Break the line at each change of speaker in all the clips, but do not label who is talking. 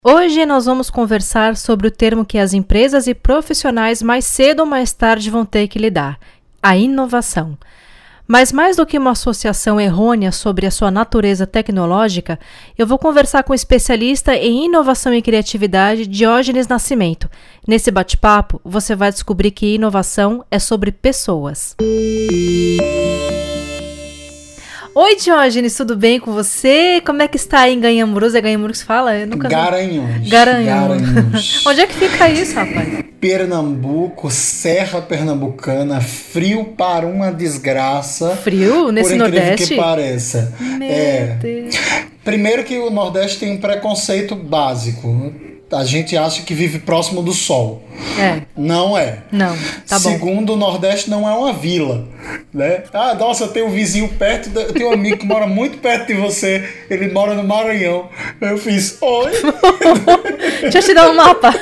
Hoje nós vamos conversar sobre o termo que as empresas e profissionais mais cedo ou mais tarde vão ter que lidar, a inovação. Mas mais do que uma associação errônea sobre a sua natureza tecnológica, eu vou conversar com o especialista em inovação e criatividade, Diógenes Nascimento. Nesse bate-papo, você vai descobrir que inovação é sobre pessoas. Oi, Diógenes, tudo bem com você? Como é que está aí em Ganhamurus? É Ganhamurus que fala? Eu nunca... Garanhuns. Onde é que fica isso, rapaz?
Pernambuco, Serra Pernambucana, frio para uma desgraça.
Frio? Nesse Nordeste?
Por incrível que pareça.
Meu Deus.
Primeiro que o Nordeste tem um preconceito básico. A gente acha que vive próximo do sol. Não é.
Não, tá bom.
Segundo, o Nordeste não é uma vila, né? Ah, nossa, eu tenho um vizinho perto, eu tenho um amigo que mora muito perto de você, ele mora no Maranhão. Eu fiz, oi.
Deixa eu te dar um mapa.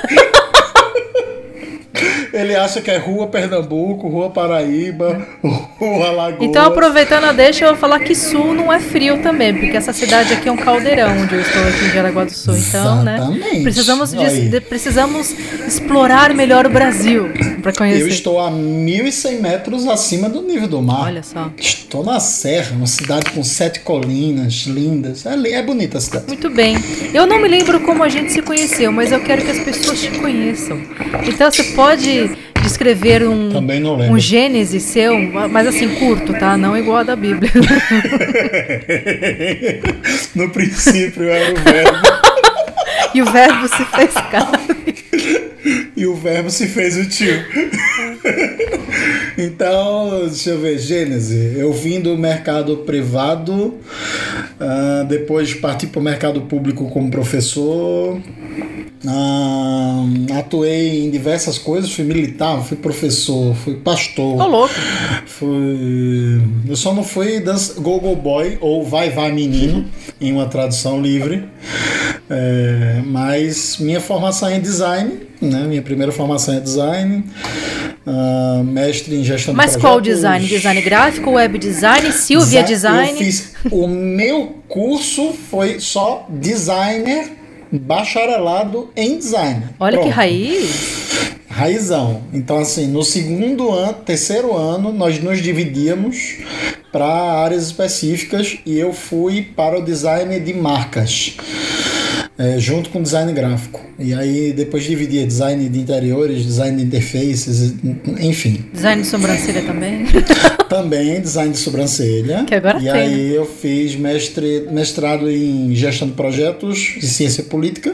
Ele acha que é Rua Pernambuco, Rua Paraíba, Rua Lagoas.
Então, aproveitando a deixa, eu vou falar que Sul não é frio também, porque essa cidade aqui é um caldeirão, onde eu estou aqui em Jaraguá do Sul. Então,
exatamente.
Né? Precisamos explorar melhor o Brasil para conhecer.
Eu estou a 1.100 metros acima do nível do mar.
Olha só.
Estou na Serra, uma cidade com 7 colinas lindas. É bonita a cidade.
Muito bem. Eu não me lembro como a gente se conheceu, mas eu quero que as pessoas te conheçam. Então, você pode descrever um gênese seu, mas assim, curto, tá? Não igual a da Bíblia.
No princípio era o verbo.
E o verbo se fez carne.
E o verbo se fez o tio. Então, deixa eu ver, Gênese. Eu vim do mercado privado, depois parti para o mercado público como professor. Atuei em diversas coisas, fui militar, fui professor, fui pastor.
Tô louco.
Eu só não fui go-go boy ou vai menino, em uma tradução livre. Mas minha formação é em design, né? Minha primeira formação é design. Mestre em gestão de projetos.
Mas qual design? Design gráfico, web design, Silvia Design?
Eu fiz, o meu curso foi só designer, bacharelado em design.
Olha. Pronto. Que raiz!
Raizão. Então, assim, no terceiro ano, nós nos dividíamos para áreas específicas e eu fui para o design de marcas, junto com design gráfico. E aí, depois dividia design de interiores, design de interfaces, enfim.
Design de sobrancelha também?
Também, design de sobrancelha.
Que agora
tem. E aí eu fiz mestrado em gestão de projetos e ciência política.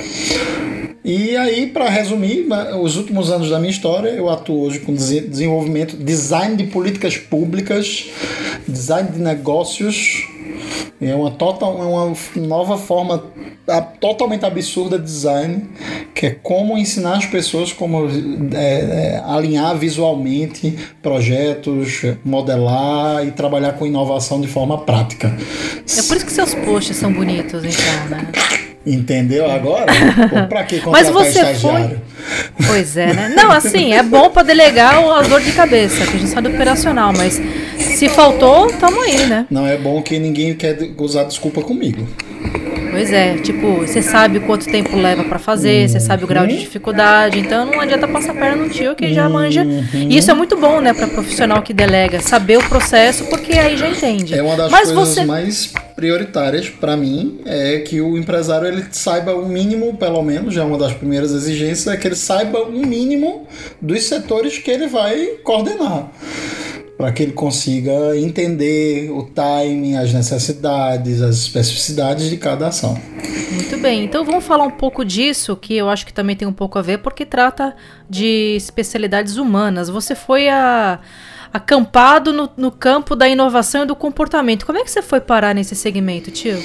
E aí, para resumir, os últimos anos da minha história, eu atuo hoje com desenvolvimento, design de políticas públicas, design de negócios. É uma nova forma totalmente absurda de design, que é como ensinar as pessoas como alinhar visualmente projetos, modelar e trabalhar com inovação de forma prática.
É por isso que seus posts são bonitos, então, né?
Entendeu agora? Pra que contratar estagiário?
Pois é, né? Não, assim, é bom pra delegar a dor de cabeça, que a gente sabe do operacional, mas se faltou, tamo aí, né?
Não é bom que ninguém quer usar desculpa comigo.
Pois é, tipo, você sabe quanto tempo leva pra fazer, você sabe o grau de dificuldade, então não adianta passar a perna no tio que já manja. E isso é muito bom, né, pra profissional que delega, saber o processo, porque aí já entende.
É uma das coisas mais prioritárias para mim, é que o empresário ele saiba o mínimo, pelo menos, já é uma das primeiras exigências, é que ele saiba o mínimo dos setores que ele vai coordenar, para que ele consiga entender o timing, as necessidades, as especificidades de cada ação.
Muito bem, então vamos falar um pouco disso, que eu acho que também tem um pouco a ver, porque trata de especialidades humanas. Você foi acampado no campo da inovação e do comportamento. Como é que você foi parar nesse segmento, tio?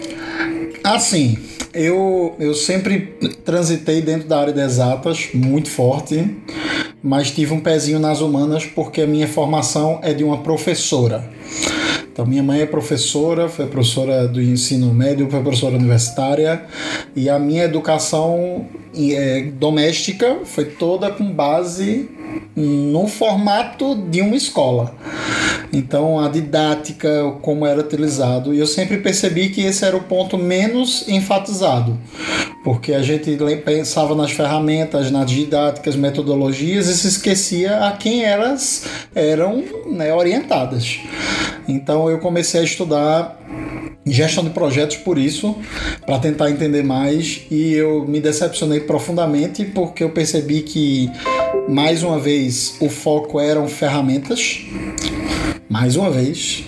Assim, eu sempre transitei dentro da área de exatas, muito forte, mas tive um pezinho nas humanas porque a minha formação é de uma professora. Então, minha mãe é professora, foi professora do ensino médio, foi professora universitária, e a minha educação doméstica foi toda com base no formato de uma escola. Então, a didática, como era utilizado, e eu sempre percebi que esse era o ponto menos enfatizado, porque a gente pensava nas ferramentas, nas didáticas, metodologias, e se esquecia a quem elas eram, né, orientadas. Então, eu comecei a estudar gestão de projetos por isso, para tentar entender mais, e eu me decepcionei profundamente porque eu percebi que, mais uma vez, o foco eram ferramentas. Mais uma vez.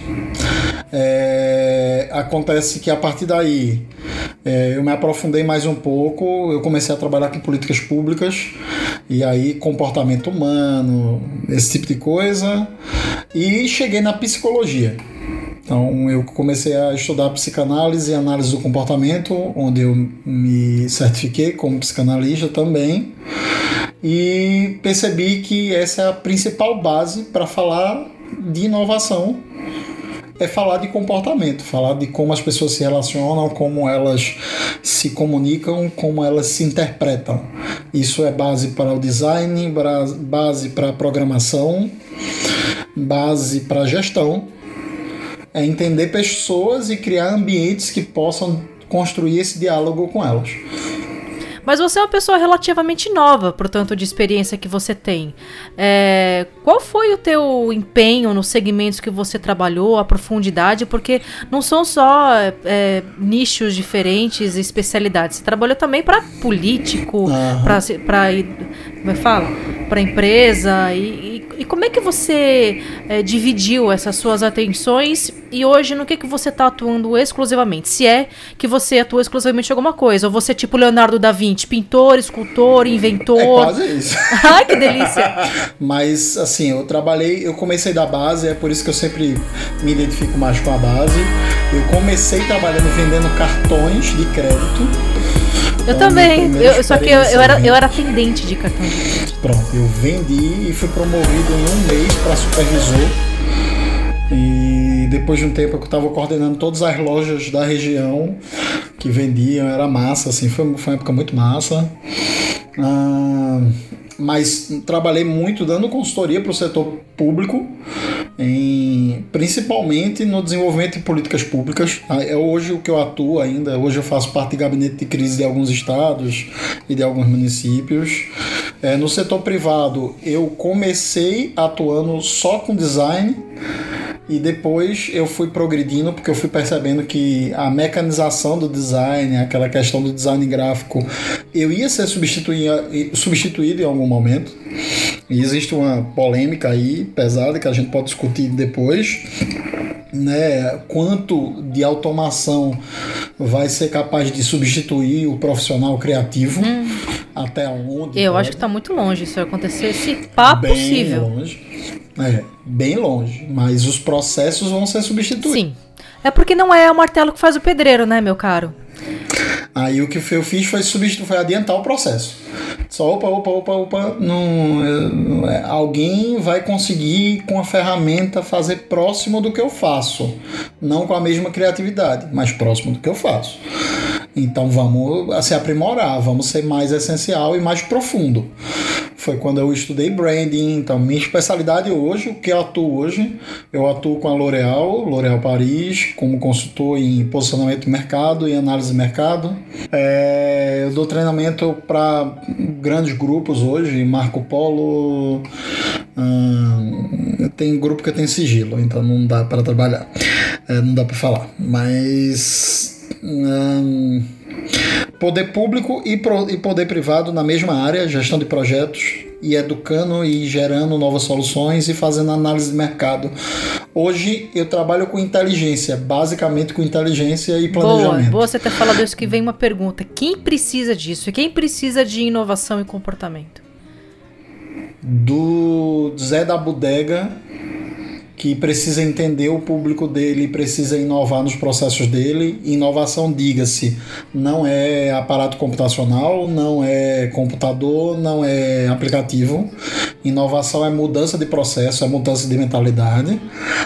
Acontece que a partir daí eu me aprofundei mais um pouco, eu comecei a trabalhar com políticas públicas, e aí comportamento humano, esse tipo de coisa, e cheguei na psicologia. Então eu comecei a estudar psicanálise e análise do comportamento, onde eu me certifiquei como psicanalista também, e percebi que essa é a principal base para falar de inovação, é falar de comportamento, falar de como as pessoas se relacionam, como elas se comunicam, como elas se interpretam. Isso é base para o design, base para a programação, base para a gestão. É entender pessoas e criar ambientes que possam construir esse diálogo com elas.
Mas você é uma pessoa relativamente nova, portanto, de experiência que você tem. Qual foi o teu empenho nos segmentos que você trabalhou, a profundidade? Porque não são só nichos diferentes e especialidades. Você trabalhou também para político, para empresa. E como é que você dividiu essas suas atenções? E hoje, no que você está atuando exclusivamente? Se é que você atua exclusivamente em alguma coisa, ou você é tipo Leonardo da Vinci, pintor, escultor, inventor.
É quase isso.
Ai, que delícia.
Mas, assim, eu comecei da base, é por isso que eu sempre me identifico mais com a base. Eu comecei trabalhando vendendo cartões de crédito.
Eu também, só que eu era atendente de cartão de crédito.
Pronto, eu vendi e fui promovido em um mês para supervisor. E depois de um tempo eu estava coordenando todas as lojas da região que vendiam, era massa, assim, foi uma época muito massa. Mas trabalhei muito dando consultoria para o setor público, principalmente no desenvolvimento de políticas públicas. É hoje o que eu atuo ainda. Hoje eu faço parte de gabinete de crise de alguns estados e de alguns municípios. No setor privado eu comecei atuando só com design, e depois eu fui progredindo, porque eu fui percebendo que a mecanização do design, aquela questão do design gráfico, eu ia ser substituído em algum momento. E existe uma polêmica aí pesada que a gente pode discutir depois, né? Quanto de automação vai ser capaz de substituir o profissional criativo, até onde?
Eu acho que está muito longe isso acontecer, se pá possível.
Bem longe, mas os processos vão ser substituídos.
Sim, é porque não é o martelo que faz o pedreiro, né, meu caro?
Aí o que eu fiz foi adiantar o processo. Só opa, alguém vai conseguir com a ferramenta fazer próximo do que eu faço, não com a mesma criatividade, mas próximo do que eu faço. Então vamos se aprimorar, vamos ser mais essencial e mais profundo. Foi quando eu estudei branding. Então minha especialidade hoje, o que eu atuo hoje, eu atuo com a L'Oréal Paris, como consultor em posicionamento de mercado e análise de mercado. Eu dou treinamento para grandes grupos hoje, Marco Polo, tem grupo que tem sigilo, então não dá para trabalhar, não dá para falar, mas poder público e poder privado na mesma área, gestão de projetos, e educando e gerando novas soluções e fazendo análise de mercado. Hoje eu trabalho com inteligência, basicamente com inteligência e planejamento.
Boa você ter falado isso, que vem uma pergunta. Quem precisa disso? Quem precisa de inovação e comportamento?
Do Zé da Bodega que precisa entender o público dele, precisa inovar nos processos dele. Inovação, diga-se, não é aparato computacional, não é computador, não é aplicativo. Inovação é mudança de processo, é mudança de mentalidade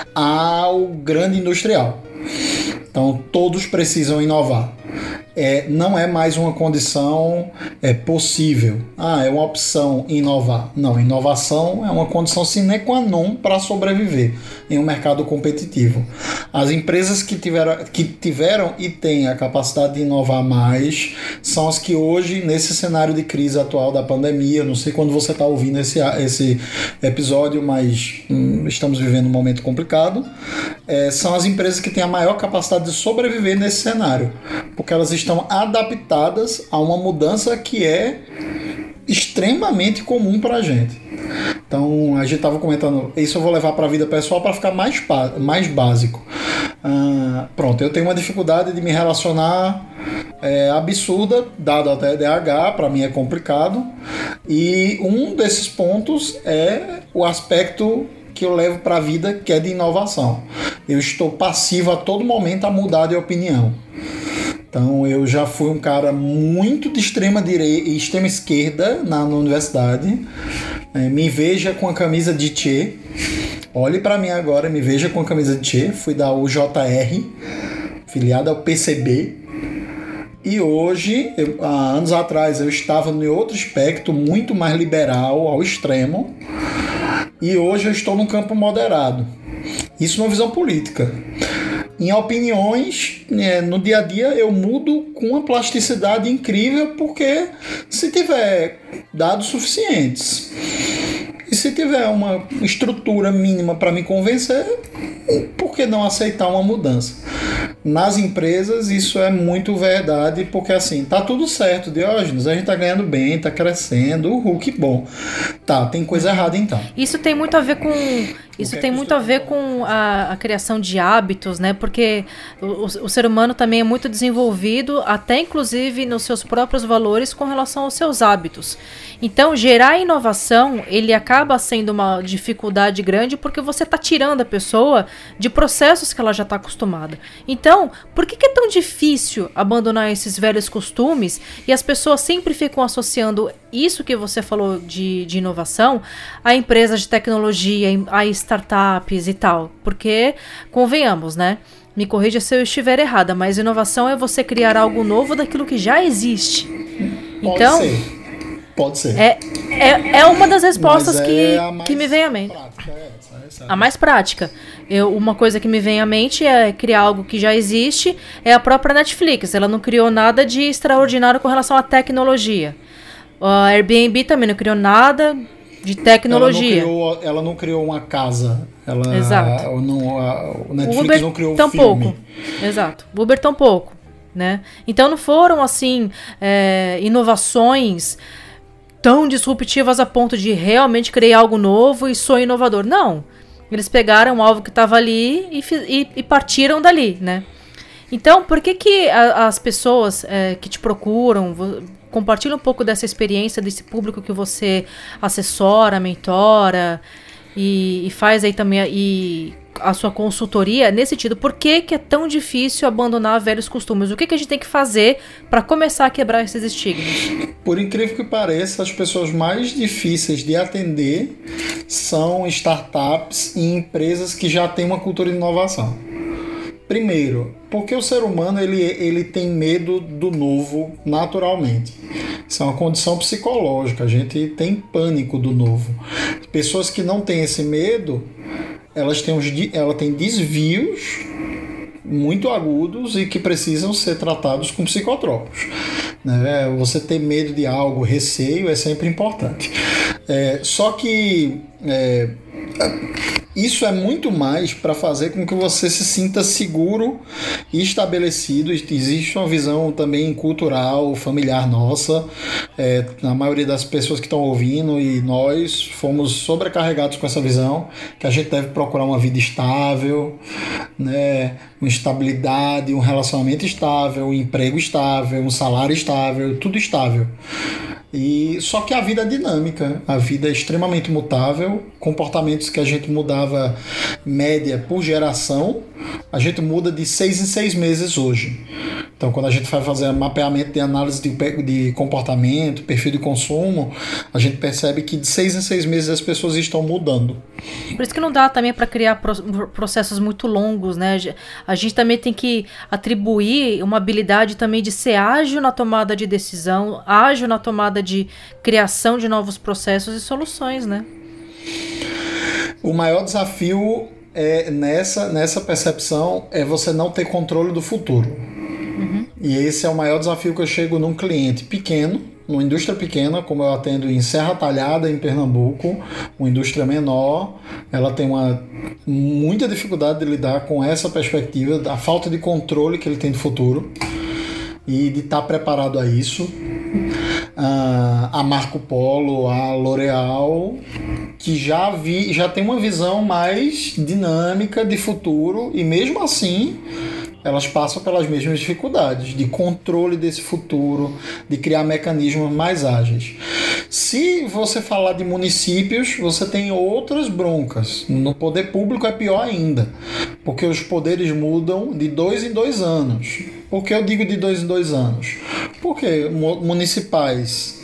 ao grande industrial. Então, todos precisam inovar. Não é mais uma condição possível. É uma opção inovar. Não, inovação é uma condição sine qua non para sobreviver em um mercado competitivo. As empresas que tiveram e têm a capacidade de inovar mais são as que hoje, nesse cenário de crise atual da pandemia, não sei quando você está ouvindo esse episódio, mas estamos vivendo um momento complicado, são as empresas que têm a maior capacidade de sobreviver nesse cenário, porque elas estão adaptadas a uma mudança que é extremamente comum para a gente. Então, a gente estava comentando, isso eu vou levar para a vida pessoal para ficar mais básico. Pronto, eu tenho uma dificuldade de me relacionar absurda, dado até TDAH, para mim é complicado, e um desses pontos é o aspecto que eu levo para a vida, que é de inovação. Eu estou passivo a todo momento a mudar de opinião. Então, eu já fui um cara muito de extrema esquerda na universidade. Me veja com a camisa de Che. Olhe para mim agora, me veja com a camisa de Che. Fui da UJR, filiado ao PCB. E hoje, há anos atrás, eu estava em outro espectro muito mais liberal, ao extremo. E hoje eu estou num campo moderado. Isso numa visão política. Em opiniões, no dia a dia eu mudo com uma plasticidade incrível, porque se tiver dados suficientes e se tiver uma estrutura mínima para me convencer, por que não aceitar uma mudança? Nas empresas isso é muito verdade, porque assim, tá tudo certo, Diógenes, a gente tá ganhando bem, tá crescendo, que bom. Tá, tem coisa errada então.
Isso tem muito a ver com... Isso tem muito a ver com a criação de hábitos, né? Porque o ser humano também é muito desenvolvido, até inclusive nos seus próprios valores com relação aos seus hábitos. Então, gerar inovação, ele acaba sendo uma dificuldade grande porque você está tirando a pessoa de processos que ela já está acostumada. Então, por que é tão difícil abandonar esses velhos costumes e as pessoas sempre ficam associando isso que você falou de inovação a empresas de tecnologia, a startups e tal? Porque, convenhamos, né? Me corrija se eu estiver errada, mas inovação é você criar algo novo daquilo que já existe. Então,
pode ser.
É uma das respostas que me vem à mente. A mais prática. Uma coisa que me vem à mente é criar algo que já existe. É a própria Netflix. Ela não criou nada de extraordinário com relação à tecnologia. A Airbnb também não criou nada de tecnologia.
Ela não criou uma casa.
Exato.
O Netflix
Uber
não criou um
tão
filme.
Pouco. Exato. O Uber tão pouco, né? Então não foram assim inovações tão disruptivas a ponto de realmente criar algo novo e sou inovador. Não. Eles pegaram algo que estava ali e partiram dali, né? Então, por que as pessoas que te procuram, compartilha um pouco dessa experiência, desse público que você assessora, mentora e faz aí também a sua consultoria nesse sentido? Por que é tão difícil abandonar velhos costumes? O que a gente tem que fazer para começar a quebrar esses estigmas?
Por incrível que pareça, as pessoas mais difíceis de atender são startups e empresas que já têm uma cultura de inovação. Primeiro, porque o ser humano ele tem medo do novo naturalmente. Isso é uma condição psicológica, a gente tem pânico do novo. Pessoas que não têm esse medo, ela tem desvios muito agudos e que precisam ser tratados com psicotrópicos. Né? Você ter medo de algo, receio, é sempre importante. Só que isso é muito mais para fazer com que você se sinta seguro e estabelecido. Existe uma visão também cultural, familiar nossa. A maioria das pessoas que estão ouvindo e nós fomos sobrecarregados com essa visão, que a gente deve procurar uma vida estável, né? Uma estabilidade, um relacionamento estável, um emprego estável, um salário estável, tudo estável. E só que a vida é dinâmica, a vida é extremamente mutável, comportamentos que a gente mudava média por geração, a gente muda de 6 em 6 meses hoje. Então, quando a gente vai fazer mapeamento de análise de comportamento, perfil de consumo, a gente percebe que de 6 em 6 meses as pessoas estão mudando.
Por isso que não dá também para criar processos muito longos, né? A gente também tem que atribuir uma habilidade também de ser ágil na tomada de decisão, ágil na tomada de criação de novos processos e soluções, né?
O maior desafio nessa percepção é você não ter controle do futuro. E esse é o maior desafio que eu chego num cliente pequeno, numa indústria pequena, como eu atendo em Serra Talhada, em Pernambuco, uma indústria menor, ela tem muita dificuldade de lidar com essa perspectiva, da falta de controle que ele tem do futuro e de estar preparado a isso. A Marco Polo, a L'Oréal, que já tem uma visão mais dinâmica de futuro e mesmo assim elas passam pelas mesmas dificuldades de controle desse futuro, de criar mecanismos mais ágeis. Se você falar de municípios, você tem outras broncas. No poder público é pior ainda, porque os poderes mudam de 2 em 2 anos. Por que eu digo de 2 em 2 anos? Porque municipais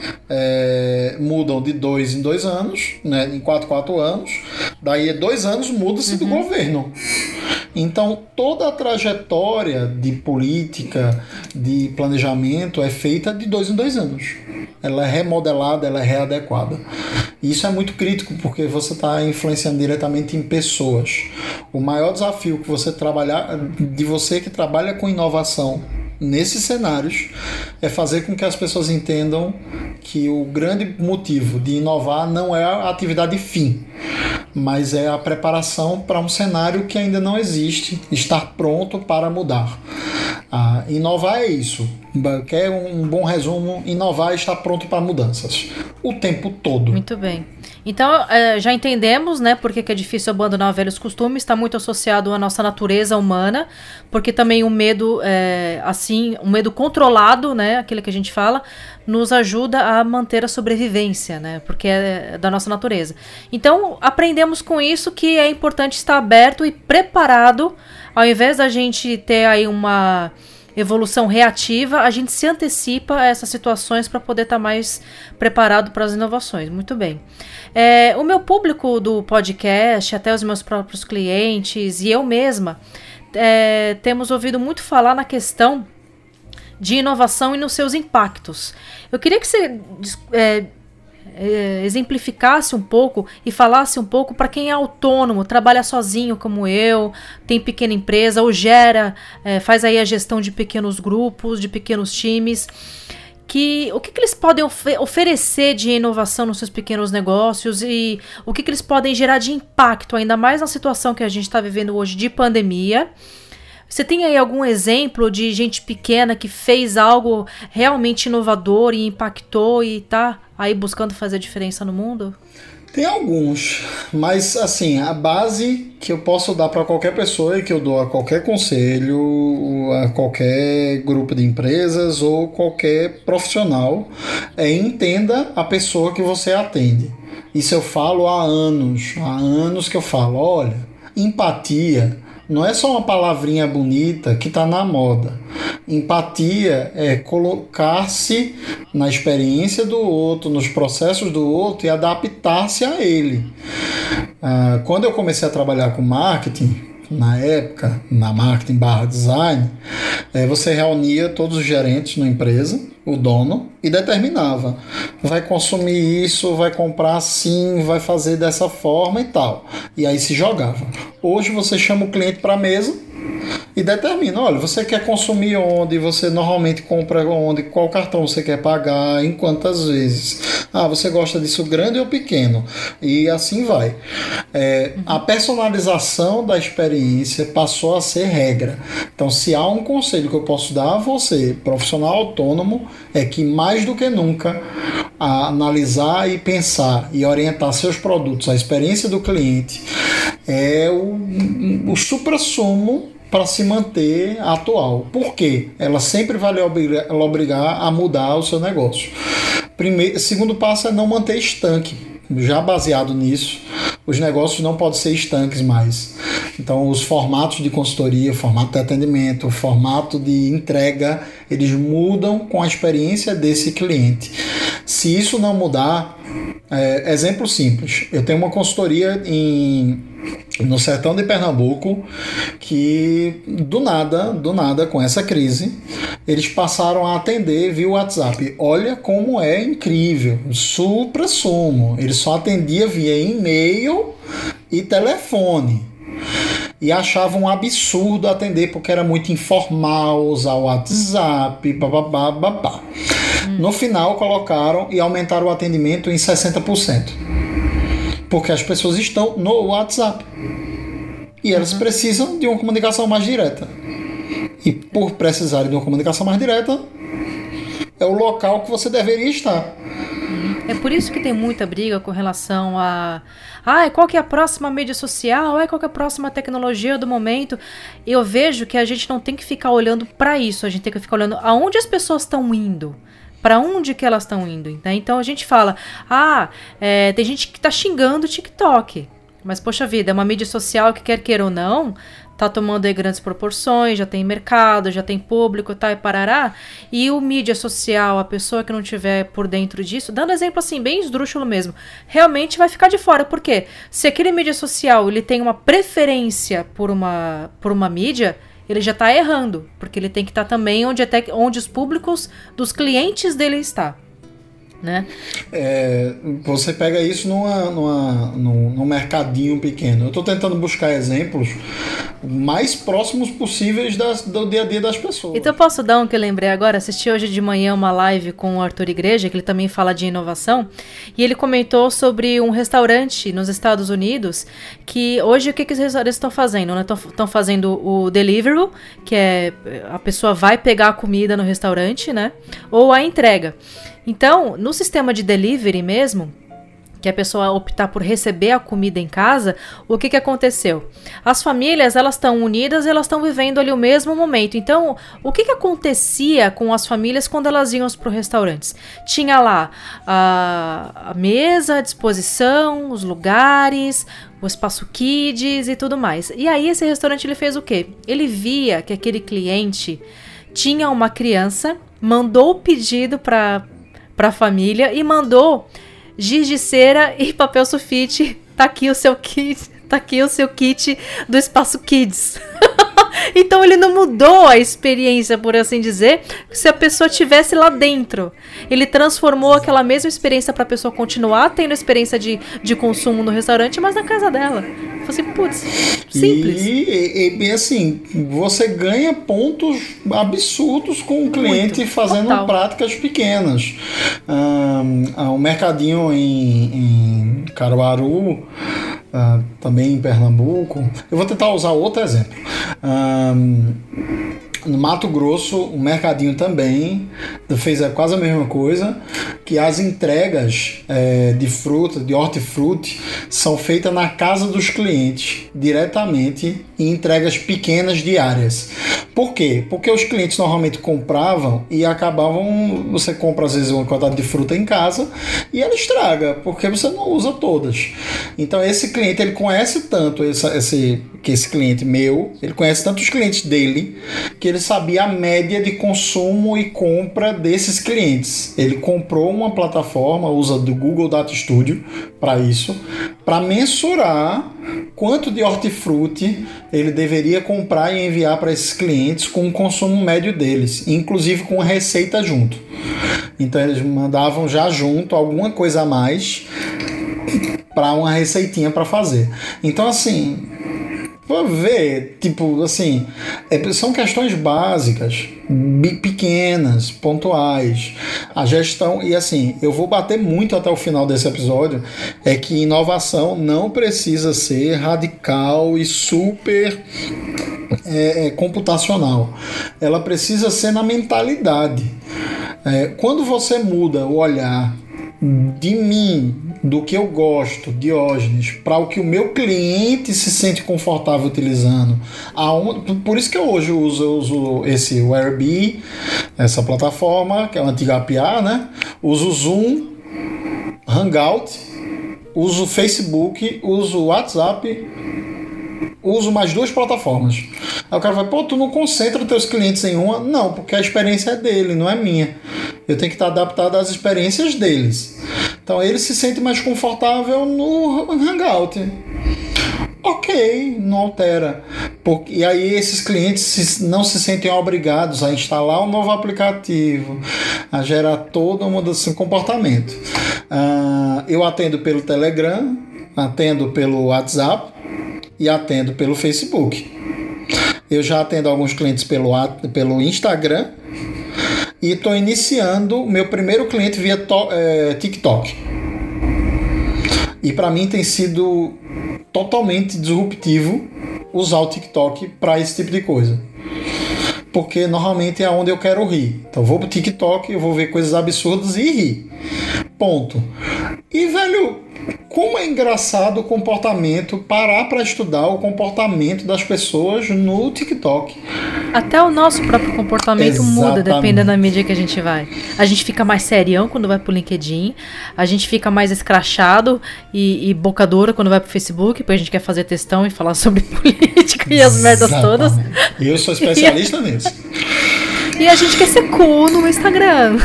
mudam de 2 em 2 anos, né, em 4 anos, daí 2 anos muda-se do governo. Então, toda a trajetória de política, de planejamento é feita de 2 em 2 anos. Ela é remodelada, ela é readequada. E isso é muito crítico porque você está influenciando diretamente em pessoas. O maior desafio que você que trabalha com inovação nesses cenários é fazer com que as pessoas entendam que o grande motivo de inovar não é a atividade fim, mas é a preparação para um cenário que ainda não existe, estar pronto para mudar. Inovar é isso. Quer um bom resumo? Inovar é estar pronto para mudanças o tempo todo.
Muito bem. Então, já entendemos, né, por que é difícil abandonar velhos costumes, está muito associado à nossa natureza humana, porque também o medo, um medo controlado, né, aquele que a gente fala, nos ajuda a manter a sobrevivência, né, porque é da nossa natureza. Então, aprendemos com isso que é importante estar aberto e preparado, ao invés da gente ter aí uma evolução reativa, a gente se antecipa a essas situações para poder estar mais preparado para as inovações. Muito bem. O meu público do podcast, até os meus próprios clientes e eu mesma, temos ouvido muito falar na questão de inovação e nos seus impactos. Eu queria que você exemplificasse um pouco e falasse um pouco para quem é autônomo, trabalha sozinho como eu, tem pequena empresa ou faz aí a gestão de pequenos grupos, de pequenos times, o que eles podem oferecer de inovação nos seus pequenos negócios e o que eles podem gerar de impacto, ainda mais na situação que a gente está vivendo hoje de pandemia. Você tem aí algum exemplo de gente pequena que fez algo realmente inovador e impactou e está aí buscando fazer diferença no mundo?
Tem alguns, mas assim, a base que eu posso dar para qualquer pessoa e que eu dou a qualquer conselho, a qualquer grupo de empresas ou qualquer profissional entenda a pessoa que você atende. Isso eu falo há anos que eu falo, olha, empatia não é só uma palavrinha bonita que está na moda. Empatia é colocar-se na experiência do outro, nos processos do outro e adaptar-se a ele. Quando eu comecei a trabalhar com marketing, na época, na marketing /design, você reunia todos os gerentes na empresa, o dono, e determinava, vai consumir isso, vai comprar assim, vai fazer dessa forma e tal. E aí se jogava. Hoje você chama o cliente para a mesa e determina, olha, você quer consumir onde, você normalmente compra onde, qual cartão você quer pagar, em quantas vezes. Você gosta disso grande ou pequeno? E assim vai. A personalização da experiência passou a ser regra. Então, se há um conselho que eu posso dar a você, profissional autônomo, é que mais do que nunca analisar e pensar e orientar seus produtos à experiência do cliente é o suprassumo para se manter atual. Por quê? Ela sempre vai lhe obrigar a mudar o seu negócio. Segundo passo é não manter estanque. Já baseado nisso, os negócios não podem ser estanques mais. Então, os formatos de consultoria, formato de atendimento, formato de entrega, eles mudam com a experiência desse cliente. Se isso não mudar, exemplo simples, eu tenho uma consultoria no sertão de Pernambuco que do nada, com essa crise, eles passaram a atender via WhatsApp. Olha como é incrível, supra-sumo. Ele só atendia via e-mail e telefone. E achavam um absurdo atender porque era muito informal, usar o WhatsApp, babá. No final colocaram e aumentaram o atendimento em 60%. Porque as pessoas estão no WhatsApp. E elas precisam de uma comunicação mais direta. E por precisarem de uma comunicação mais direta, é o local que você deveria estar.
É por isso que tem muita briga com relação a qual que é a próxima mídia social, qual que é a próxima tecnologia do momento. Eu vejo que a gente não tem que ficar olhando para isso, a gente tem que ficar olhando aonde as pessoas estão indo. Para onde que elas estão indo, né? Então a gente fala, tem gente que tá xingando o TikTok, mas poxa vida, é uma mídia social que quer queira ou não, tá tomando aí grandes proporções, já tem mercado, já tem público, tá, e parará, e o mídia social, a pessoa que não tiver por dentro disso, dando exemplo assim, bem esdrúxulo mesmo, realmente vai ficar de fora, porque se aquele mídia social, ele tem uma preferência por uma mídia, ele já está errando, porque ele tem que estar também onde os públicos dos clientes dele está, né?
Você pega isso num mercadinho pequeno. Eu estou tentando buscar exemplos mais próximos possíveis do dia a dia das pessoas.
Então posso dar um que eu lembrei agora? Assisti hoje de manhã uma live com o Arthur Igreja, que ele também fala de inovação, e ele comentou sobre um restaurante nos Estados Unidos, que hoje o que os restaurantes estão fazendo? Né? Estão fazendo o delivery, que é a pessoa vai pegar a comida no restaurante, né? Ou a entrega. Então, no sistema de delivery mesmo, que a pessoa optar por receber a comida em casa, o que aconteceu? As famílias, elas estão unidas, elas estão vivendo ali o mesmo momento. Então, o que acontecia com as famílias quando elas iam para os restaurantes? Tinha lá a mesa, a disposição, os lugares, o espaço kids e tudo mais. E aí esse restaurante ele fez o quê? Ele via que aquele cliente tinha uma criança, mandou o pedido para a família e mandou giz de cera e papel sulfite. Tá aqui o seu kit do espaço kids. Então ele não mudou a experiência, por assim dizer, se a pessoa estivesse lá dentro. Ele transformou aquela mesma experiência para a pessoa continuar tendo a experiência de consumo no restaurante, mas na casa dela. Falei assim, putz, simples.
E assim, você ganha pontos absurdos com o cliente fazendo práticas pequenas. Um mercadinho em Caruaru, também em Pernambuco. Eu vou tentar usar outro exemplo. No Mato Grosso, um mercadinho também fez quase a mesma coisa, que as entregas de fruta, de hortifruti, são feitas na casa dos clientes, diretamente, em entregas pequenas diárias. Por quê? Porque os clientes normalmente compravam e acabavam, você compra às vezes uma quantidade de fruta em casa e ela estraga, porque você não usa todas. Então esse cliente, ele conhece tanto esse cliente meu, ele conhece tanto os clientes dele, que ele sabia a média de consumo e compra desses clientes. Ele comprou uma plataforma, usa do Google Data Studio para isso, para mensurar quanto de hortifruti ele deveria comprar e enviar para esses clientes com o consumo médio deles, inclusive com a receita junto. Então eles mandavam já junto alguma coisa a mais para uma receitinha para fazer. Então assim, vou ver, tipo assim, são questões básicas, pequenas, pontuais, a gestão. E assim, eu vou bater muito até o final desse episódio, é que inovação não precisa ser radical e super computacional, ela precisa ser na mentalidade. Quando você muda o olhar de mim, do que eu gosto, Diógenes, para o que o meu cliente se sente confortável utilizando. Por isso que eu hoje uso esse Airbnb, essa plataforma, que é uma antiga API, né? Uso o Zoom, Hangout, uso o Facebook, uso o WhatsApp, uso mais 2 plataformas. Aí o cara vai, pô, tu não concentra os teus clientes em uma? Não, porque a experiência é dele, não é minha. Eu tenho que estar adaptado às experiências deles. Então ele se sente mais confortável no Hangout. Ok, não altera. E aí esses clientes não se sentem obrigados a instalar um novo aplicativo, a gerar toda uma mudança de comportamento. Eu atendo pelo Telegram, atendo pelo WhatsApp e atendo pelo Facebook. Eu já atendo alguns clientes pelo Instagram e estou iniciando meu primeiro cliente via TikTok. E para mim tem sido totalmente disruptivo usar o TikTok para esse tipo de coisa. Porque normalmente é onde eu quero rir. Então eu vou pro TikTok, eu vou ver coisas absurdas e rir. Ponto. E, velho, como é engraçado o comportamento, parar para estudar o comportamento das pessoas no TikTok.
Até o nosso próprio comportamento muda, dependendo da mídia que a gente vai. A gente fica mais serião quando vai pro LinkedIn, a gente fica mais escrachado e boca dura quando vai pro Facebook, porque a gente quer fazer textão e falar sobre política e as merdas todas.
Eu sou especialista nisso.
E a gente quer ser cool no Instagram.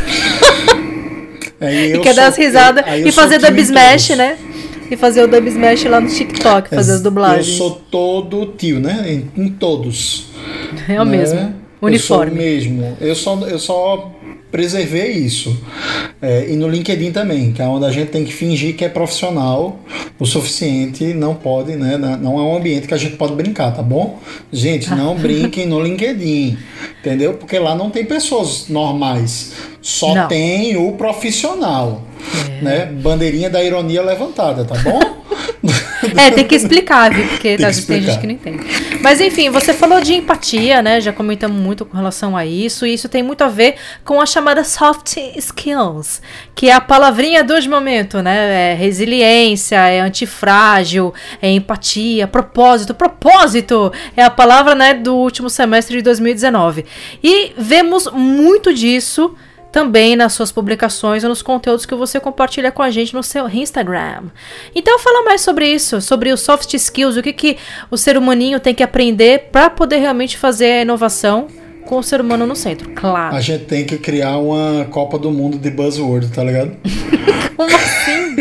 E quer dar as risadas e fazer dub smash, né? E fazer o dub smash lá no TikTok, fazer as dublagens.
Eu sou todo tio, né? Em todos.
É o mesmo. Uniforme.
Eu sou mesmo. Eu só preservei isso. E no LinkedIn também, que é onde a gente tem que fingir que é profissional o suficiente, não pode, né? Não é um ambiente que a gente pode brincar, tá bom? Gente, não brinquem no LinkedIn, entendeu? Porque lá não tem pessoas normais, só tem o profissional, né? Bandeirinha da ironia levantada, tá bom?
Tem que explicar, viu? Porque tem gente que não entende. Mas enfim, você falou de empatia, né? Já comentamos muito com relação a isso. E isso tem muito a ver com a chamada soft skills, que é a palavrinha do momento, né? É resiliência, é antifrágil, é empatia, propósito. Propósito é a palavra, né, do último semestre de 2019. E vemos muito disso também nas suas publicações ou nos conteúdos que você compartilha com a gente no seu Instagram. Então fala mais sobre isso, sobre os soft skills, o que o ser humaninho tem que aprender para poder realmente fazer a inovação com o ser humano no centro, claro.
A gente tem que criar uma Copa do Mundo de buzzword, tá ligado?
Como assim?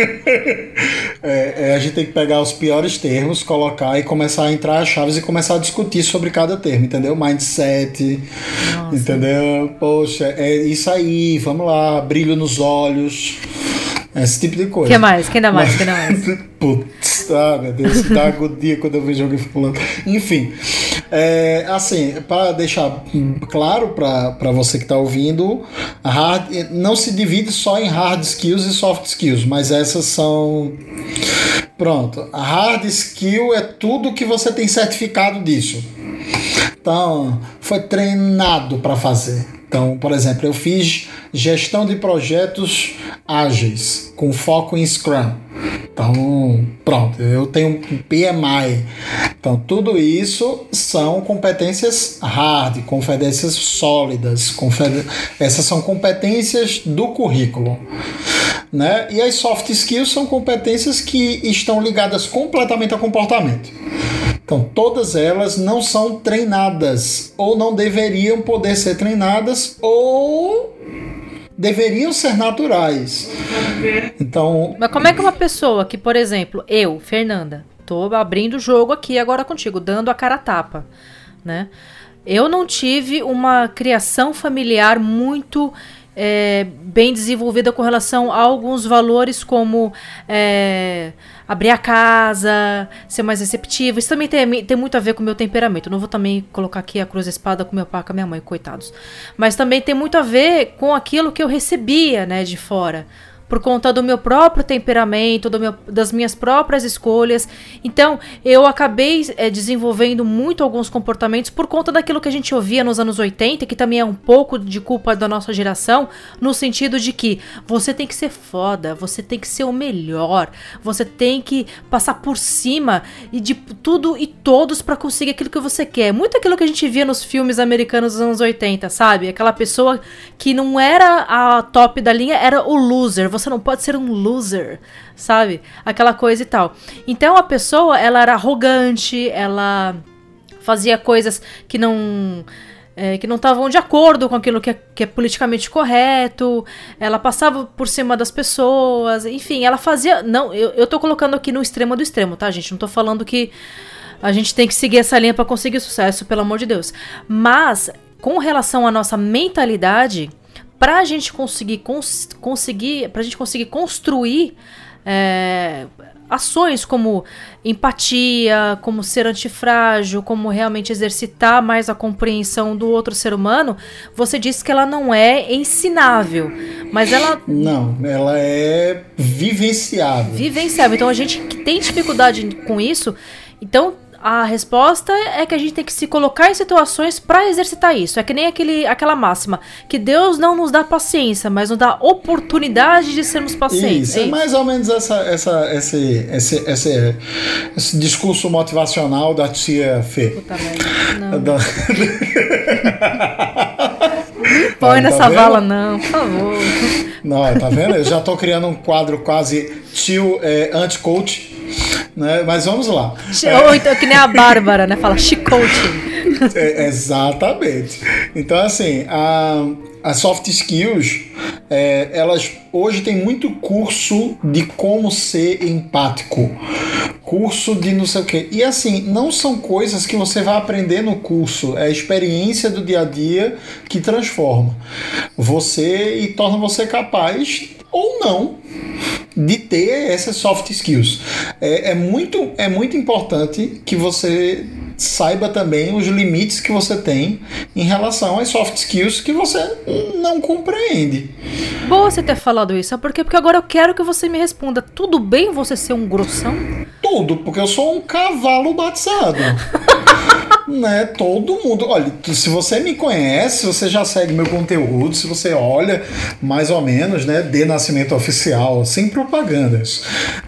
A gente tem que pegar os piores termos, colocar e começar a entrar as chaves e começar a discutir sobre cada termo, entendeu? Mindset, nossa, entendeu? Poxa, é isso aí, vamos lá, brilho nos olhos, esse tipo de coisa.
Que mais? Quem dá mais? Quem dá mais?
Putz, meu Deus, dá agonia quando eu vejo alguém falando. Enfim, assim, para deixar claro para você que está ouvindo, não se divide só em hard skills e soft skills, mas essas são... Pronto, a hard skill é tudo que você tem certificado disso. Então, foi treinado para fazer. Então, por exemplo, eu fiz gestão de projetos ágeis, com foco em Scrum. Então, pronto, eu tenho um PMI. Então, tudo isso são competências hard, competências sólidas. Essas são competências do currículo, né? E as soft skills são competências que estão ligadas completamente ao comportamento. Então, todas elas não são treinadas, ou não deveriam poder ser treinadas, ou deveriam ser naturais. Então,
mas como é que uma pessoa que, por exemplo, eu, Fernanda, tô abrindo o jogo aqui agora contigo, dando a cara a tapa, né? Eu não tive uma criação familiar muito bem desenvolvida com relação a alguns valores como abrir a casa, ser mais receptivo. Isso também tem muito a ver com o meu temperamento. Eu não vou também colocar aqui a cruz e espada com meu pai e com a minha mãe, coitados. Mas também tem muito a ver com aquilo que eu recebia, né, de fora. por conta do meu próprio temperamento, das minhas próprias escolhas. Então, eu acabei desenvolvendo muito alguns comportamentos por conta daquilo que a gente ouvia nos anos 80, que também é um pouco de culpa da nossa geração, no sentido de que você tem que ser foda, você tem que ser o melhor, você tem que passar por cima e de tudo e todos pra conseguir aquilo que você quer. Muito aquilo que a gente via nos filmes americanos dos anos 80, sabe? Aquela pessoa que não era a top da linha, era o loser. Você não pode ser um loser, sabe? Aquela coisa e tal. Então a pessoa, ela era arrogante, ela fazia coisas que não estavam de acordo com aquilo que é politicamente correto, ela passava por cima das pessoas, enfim, ela fazia... Não, eu tô colocando aqui no extremo do extremo, tá, gente? Não tô falando que a gente tem que seguir essa linha pra conseguir sucesso, pelo amor de Deus. Mas, com relação à nossa mentalidade, pra gente conseguir construir ações como empatia, como ser antifrágil, como realmente exercitar mais a compreensão do outro ser humano, você disse que ela não é ensinável, mas ela...
Não, ela é vivenciável.
Vivenciável. Então a gente que tem dificuldade com isso, então... A resposta é que a gente tem que se colocar em situações para exercitar isso. É que nem aquela máxima, que Deus não nos dá paciência, mas nos dá oportunidade de sermos pacientes.
Isso, é mais ou menos esse discurso motivacional da tia Fê.
Puta merda, não. Põe nessa vala não, por favor.
Não, tá vendo? Eu já tô criando um quadro quase tio anti-coach. Né? Mas vamos lá.
Ou então que nem a Bárbara, né? Fala chicote.
Exatamente. Então, assim, as soft skills, elas hoje tem muito curso de como ser empático. Curso de não sei o quê. E assim, não são coisas que você vai aprender no curso. É a experiência do dia a dia que transforma você e torna você capaz ou não de ter essas soft skills. É muito importante que você saiba também os limites que você tem em relação às soft skills que você não compreende.
Boa você ter falado isso, sabe por quê? Porque agora eu quero que você me responda. Tudo bem você ser um grossão?
Tudo, porque eu sou um cavalo batizado. Né, todo mundo, olha, se você me conhece, você já segue meu conteúdo, se você olha mais ou menos, né, de Nascimento Oficial, sem propagandas,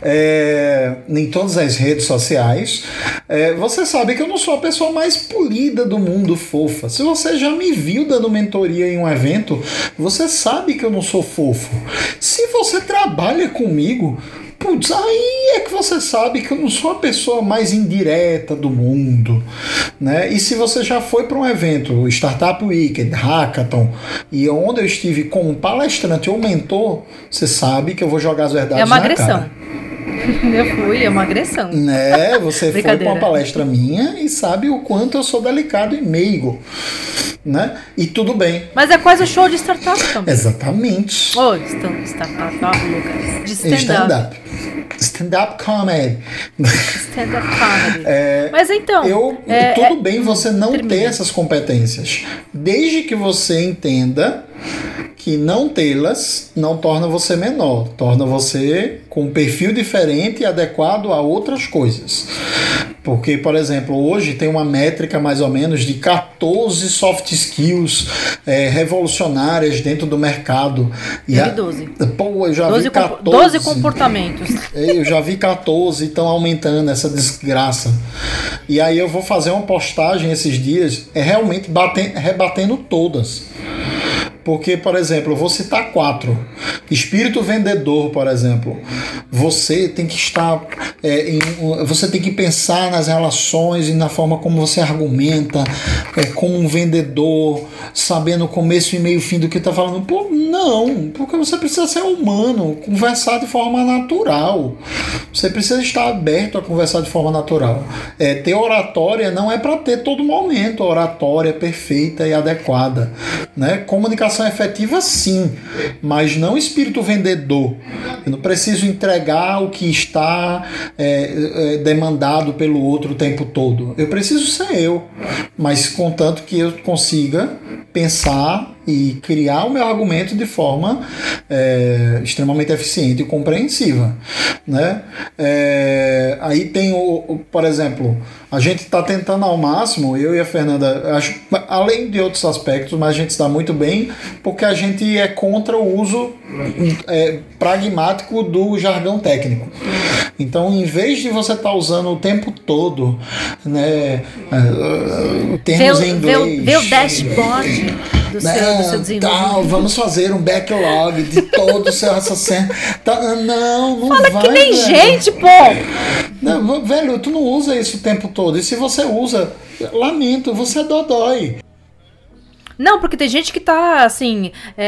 em todas as redes sociais, você sabe que eu não sou a pessoa mais polida do mundo, fofa. Se você já me viu dando mentoria em um evento, você sabe que eu não sou fofo. Se você trabalha comigo, putz, aí é que você sabe que eu não sou a pessoa mais indireta do mundo, né? E se você já foi para um evento, Startup Weekend, Hackathon, e onde eu estive com um palestrante ou mentor, você sabe que eu vou jogar as verdades na cara. É uma agressão.
Eu fui, é uma agressão.
Né? Você foi para uma palestra minha e sabe o quanto eu sou delicado e meigo. Né? E tudo bem.
Mas é quase o show de startup também.
Exatamente.
Startup, Lucas. De stand-up.
Stand-up comedy.
Stand-up comedy. Mas então...
tudo bem você não ter essas competências. Desde que você entenda que não tê-las não torna você menor. Torna você com um perfil diferente e adequado a outras coisas. Porque, por exemplo, hoje tem uma métrica mais ou menos de 14 soft skills revolucionárias dentro do mercado.
E 12.
Pô, eu já vi 14.
12 comportamentos.
Eu já vi 14 e estão aumentando essa desgraça. E aí eu vou fazer uma postagem esses dias, realmente rebatendo todas. Porque, por exemplo, eu vou citar 4. Espírito vendedor, por exemplo. Você tem que estar... você tem que pensar nas relações e na forma como você argumenta, como um vendedor, sabendo o começo e meio e fim do que está falando. Pô, não, porque você precisa ser humano, conversar de forma natural. Você precisa estar aberto a conversar de forma natural. Ter oratória não é para ter todo momento oratória perfeita e adequada. Né? Comunicação efetiva, sim, mas não espírito vendedor. Eu não preciso entregar o que está demandado pelo outro o tempo todo. Eu preciso ser eu, mas contanto que eu consiga pensar e criar o meu argumento de forma extremamente eficiente e compreensiva, né? Aí tem, por exemplo, a gente está tentando ao máximo, eu e a Fernanda, acho, além de outros aspectos, mas a gente está muito bem porque a gente é contra o uso pragmático do jargão técnico. Então, em vez de você estar usando o tempo todo, né, termos em inglês...
Vê o dashboard do seu desenvolvimento.
Vamos fazer um backlog de todo o seu raciocínio. Não
Fala
vai,
que nem
velho.
gente, pô!
Não, velho, tu não usa isso o tempo todo. E se você usa, lamento, você é dodói.
Não, porque tem gente que tá, assim...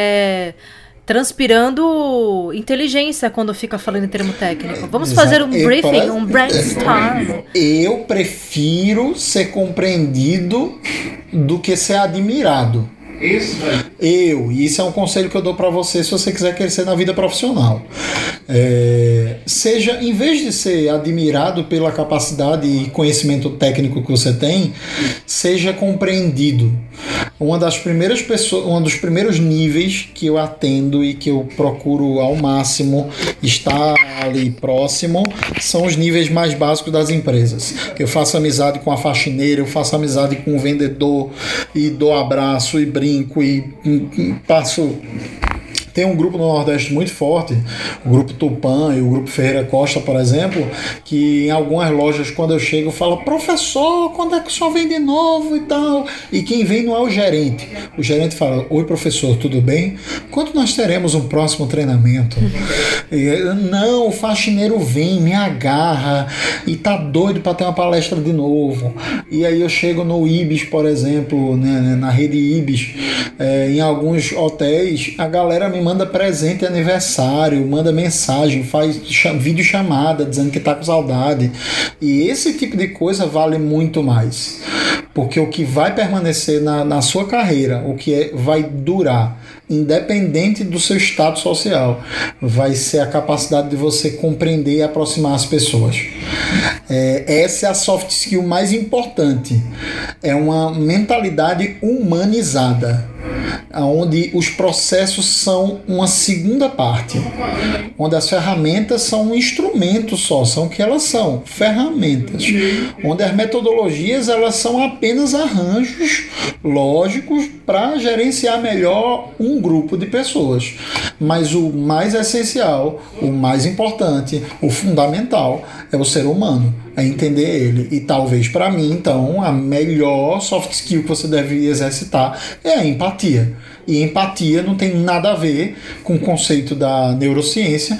transpirando inteligência quando fica falando em termo técnico. Vamos fazer um briefing, um brainstorm.
Eu prefiro ser compreendido do que ser admirado. E isso é um conselho que eu dou para você se você quiser crescer na vida profissional. Seja, em vez de ser admirado pela capacidade e conhecimento técnico que você tem, seja compreendido. Um dos primeiros níveis que eu atendo e que eu procuro ao máximo estar ali próximo são os níveis mais básicos das empresas. Eu faço amizade com a faxineira, eu faço amizade com o vendedor e dou abraço e brinco e passo... Tem um grupo no Nordeste muito forte, o grupo Tupã e o grupo Ferreira Costa, por exemplo, que em algumas lojas, quando eu chego, eu falo: professor, quando é que o senhor vem de novo e tal? E quem vem não é o gerente. O gerente fala: oi, professor, tudo bem? Quando nós teremos um próximo treinamento? Não, o faxineiro vem, me agarra e tá doido para ter uma palestra de novo. E aí eu chego no Ibis, por exemplo, né, na rede Ibis, em alguns hotéis, a galera me manda presente de aniversário, manda mensagem, faz videochamada dizendo que tá com saudade. E esse tipo de coisa vale muito mais. Porque o que vai permanecer na sua carreira, o que vai durar, independente do seu status social, vai ser a capacidade de você compreender e aproximar as pessoas. Essa é a soft skill mais importante. É uma mentalidade humanizada, onde os processos são uma segunda parte, onde as ferramentas são um instrumento só, são o que elas são, ferramentas, onde as metodologias elas são apenas arranjos lógicos para gerenciar melhor um grupo de pessoas, mas o mais essencial, o mais importante, o fundamental é o ser humano, é entender ele. E talvez para mim, então, a melhor soft skill que você deve exercitar é a empatia. E empatia não tem nada a ver com o conceito da neurociência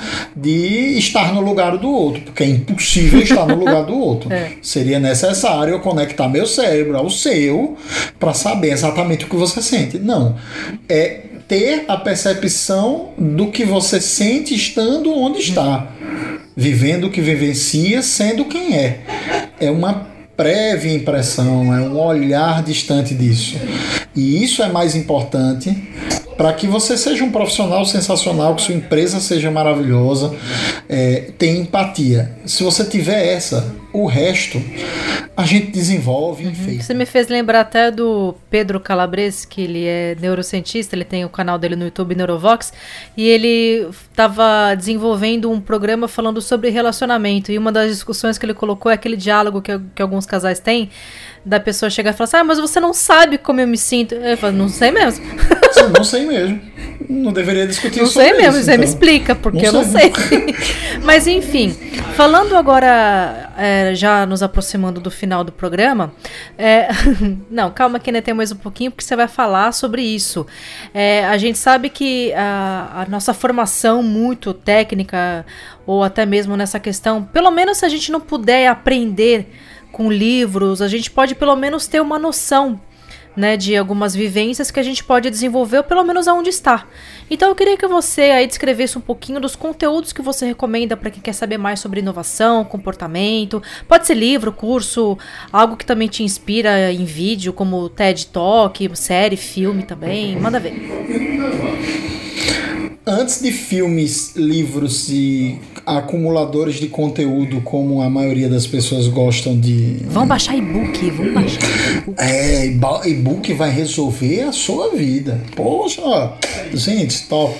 de estar no lugar do outro, porque é impossível estar no lugar do outro. Seria necessário eu conectar meu cérebro ao seu para saber exatamente o que você sente. Não. É ter a percepção do que você sente estando onde está, vivendo o que vivencia, sendo quem é. É uma prévia impressão, é um olhar distante disso. E isso é mais importante para que você seja um profissional sensacional, que sua empresa seja maravilhosa, tenha empatia. Se você tiver o resto a gente desenvolve, enfim.
Você me fez lembrar até do Pedro Calabres, que ele é neurocientista, ele tem o canal dele no YouTube, Neurovox, e ele estava desenvolvendo um programa falando sobre relacionamento, e uma das discussões que ele colocou é aquele diálogo que alguns casais têm, da pessoa chegar e falar assim, mas você não sabe como eu me sinto. Eu falo, não sei mesmo.
Não sei mesmo. Não deveria discutir
não
sobre
sei mesmo,
isso.
Você me explica, porque eu não sei. Mas enfim, falando agora, já nos aproximando do final do programa, não, calma que ainda tem mais um pouquinho, porque você vai falar sobre isso. A gente sabe que a nossa formação muito técnica, ou até mesmo nessa questão, pelo menos se a gente não puder aprender com livros, a gente pode pelo menos ter uma noção, né, de algumas vivências que a gente pode desenvolver, ou pelo menos aonde está. Então eu queria que você aí descrevesse um pouquinho dos conteúdos que você recomenda para quem quer saber mais sobre inovação, comportamento. Pode ser livro, curso, algo que também te inspira em vídeo, como TED Talk, série, filme também. Manda ver.
Antes de filmes, livros e acumuladores de conteúdo, como a maioria das pessoas gostam de...
Vamos baixar e-book,
e-book vai resolver a sua vida. Poxa, ó, gente, top.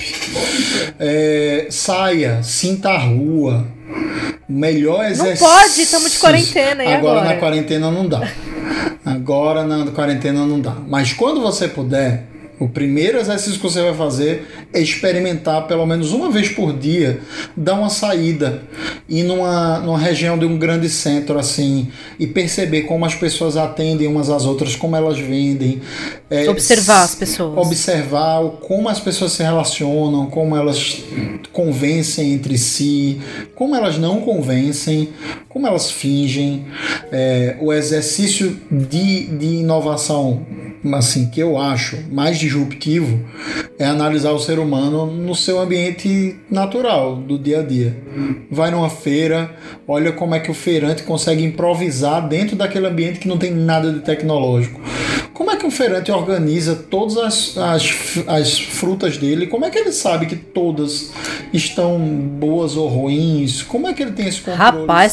Saia, sinta a rua. Melhor exercício.
Não pode, estamos de quarentena. E agora?
Na quarentena não dá. Agora na quarentena não dá. Mas quando você puder, o primeiro exercício que você vai fazer é experimentar pelo menos uma vez por dia, dar uma saída, ir numa região de um grande centro assim e perceber como as pessoas atendem umas às outras, como elas vendem.
Observar as pessoas.
Observar como as pessoas se relacionam, como elas convencem entre si, como elas não convencem, como elas fingem. O exercício de inovação, assim, que eu acho mais disruptivo, é analisar o ser humano no seu ambiente natural, do dia a dia. Vai numa feira, olha como é que o feirante consegue improvisar dentro daquele ambiente que não tem nada de tecnológico. Como é que um feirante organiza todas as frutas dele? Como é que ele sabe que todas estão boas ou ruins? Como é que ele tem esse controle?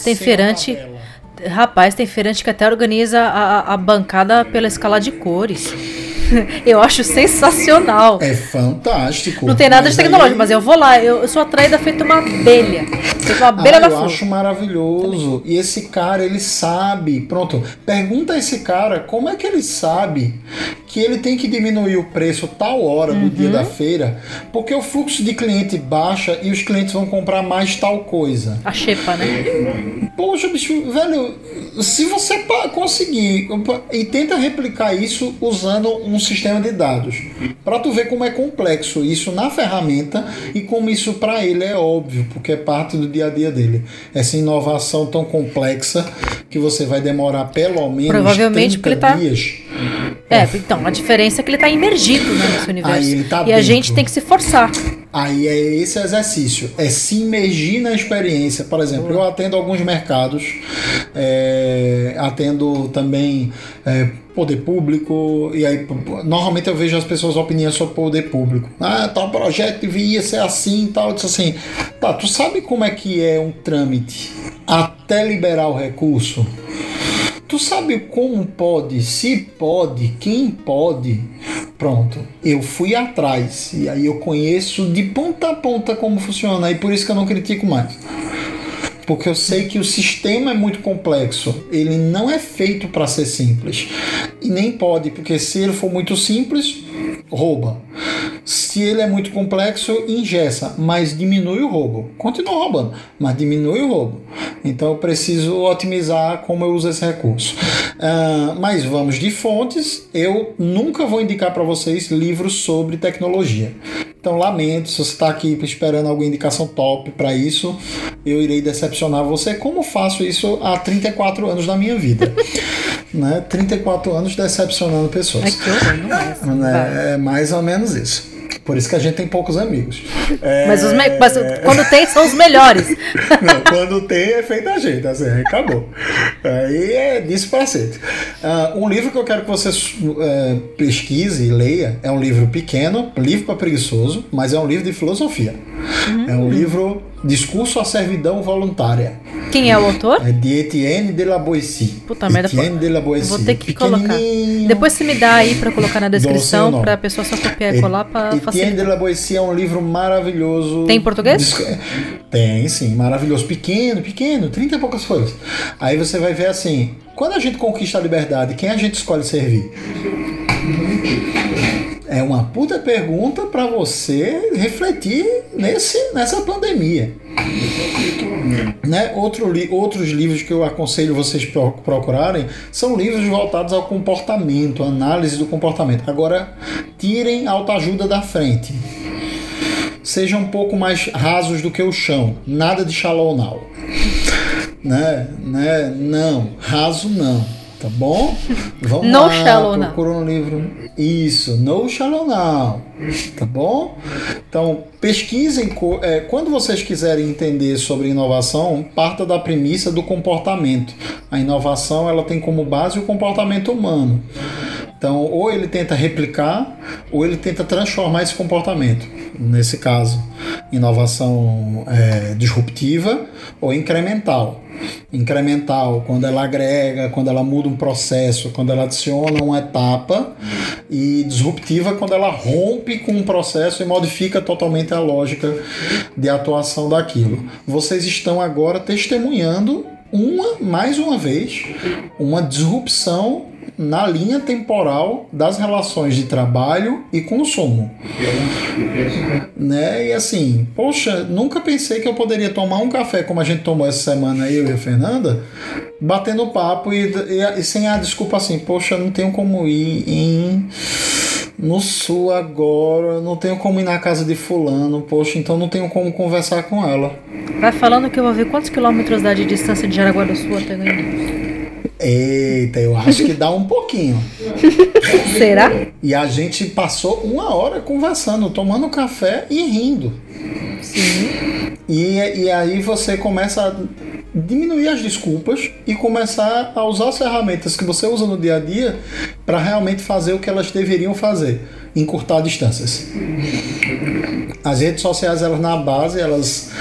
Rapaz, tem feirante que até organiza a bancada pela escala de cores. Eu acho sensacional.
É fantástico.
Não tem nada de tecnológico, mas eu vou lá. Eu sou atraída feito uma abelha. Feito uma abelha da fruta.
Eu acho maravilhoso. Também. E esse cara, ele sabe. Pronto, pergunta a esse cara como é que ele sabe que ele tem que diminuir o preço tal hora do dia da feira, porque o fluxo de cliente baixa e os clientes vão comprar mais tal coisa.
A xepa, né?
Poxa, bicho, velho, se você conseguir e tenta replicar isso usando um sistema de dados, para tu ver como é complexo isso na ferramenta e como isso para ele é óbvio, porque é parte do dia a dia dele. Essa inovação tão complexa que você vai demorar pelo menos
provavelmente
30 dias.
Então, a diferença é que ele está imergido, né, nesse universo.
Aí ele tá
e
dentro.
A gente tem que se forçar.
Aí é esse exercício, é se imergir na experiência. Por exemplo, eu atendo alguns mercados, atendo também poder público, e aí normalmente eu vejo as pessoas opiniões sobre poder público. Tal projeto devia ser assim e tal. Eu disse assim, tá, tu sabe como é que é um trâmite até liberar o recurso? Tu sabe como pode, se pode, quem pode? Pronto, eu fui atrás e aí eu conheço de ponta a ponta como funciona, e por isso que eu não critico mais. Porque eu sei que o sistema é muito complexo, ele não é feito para ser simples. E nem pode, porque se ele for muito simples, rouba. Se ele é muito complexo, engessa, mas diminui o roubo. Continua roubando, mas diminui o roubo. Então eu preciso otimizar como eu uso esse recurso. Mas vamos de fontes. Eu nunca vou indicar para vocês livros sobre tecnologia. Então lamento, se você está aqui esperando alguma indicação top para isso, eu irei decepcionar você, como faço isso há 34 anos da minha vida. Né? 34 anos decepcionando pessoas.
É que horror, não
é mais ou menos isso. Por isso que a gente tem poucos amigos.
Mas quando tem, são os melhores.
Não, quando tem, é feito a gente. Assim, acabou. Aí é disso para sempre. Um livro que eu quero que você pesquise e leia é um livro pequeno, livro para preguiçoso, mas é um livro de filosofia. É um livro Discurso à Servidão Voluntária.
Quem é o autor?
É de Etienne de la Boétie.
Puta merda.
Etienne de la Boétie.
Vou ter que colocar. Depois você me dá aí pra colocar na descrição, pra pessoa só copiar e colar pra facilitar.
Etienne de la Boétie é um livro maravilhoso.
Tem em português?
Tem, sim. Maravilhoso. Pequeno, 30 e poucas folhas. Aí você vai ver assim, quando a gente conquista a liberdade, quem a gente escolhe servir? É uma puta pergunta para você refletir nessa pandemia. Né? Outros livros que eu aconselho vocês procurarem são livros voltados ao comportamento, análise do comportamento. Agora, tirem autoajuda da frente. Sejam um pouco mais rasos do que o chão. Nada de shallow now. Não, raso não. Tá bom? Vamos
no
lá,
shallow
procura um livro. Isso, no shallow now. Tá bom? Então, pesquisem. Quando vocês quiserem entender sobre inovação, parta da premissa do comportamento. A inovação ela tem como base o comportamento humano. Então, ou ele tenta replicar, ou ele tenta transformar esse comportamento. Nesse caso, inovação disruptiva ou incremental. Incremental, quando ela agrega, quando ela muda um processo, quando ela adiciona uma etapa, e disruptiva, quando ela rompe com um processo e modifica totalmente a lógica de atuação daquilo. Vocês estão agora testemunhando mais uma vez, uma disrupção na linha temporal das relações de trabalho e consumo. Né? E assim, poxa, nunca pensei que eu poderia tomar um café como a gente tomou essa semana, eu e a Fernanda, batendo papo e sem a desculpa assim, poxa, não tenho como ir no sul agora, não tenho como ir na casa de fulano, poxa, então não tenho como conversar com ela.
Vai falando que eu vou ver quantos quilômetros dá de distância de Jaraguá do Sul até Guarulhos.
Eita, eu acho que dá um pouquinho.
Será?
E a gente passou 1 hora conversando, tomando café e rindo.
Sim.
E aí você começa a diminuir as desculpas e começar a usar as ferramentas que você usa no dia a dia para realmente fazer o que elas deveriam fazer, encurtar distâncias. As redes sociais, elas na base, elas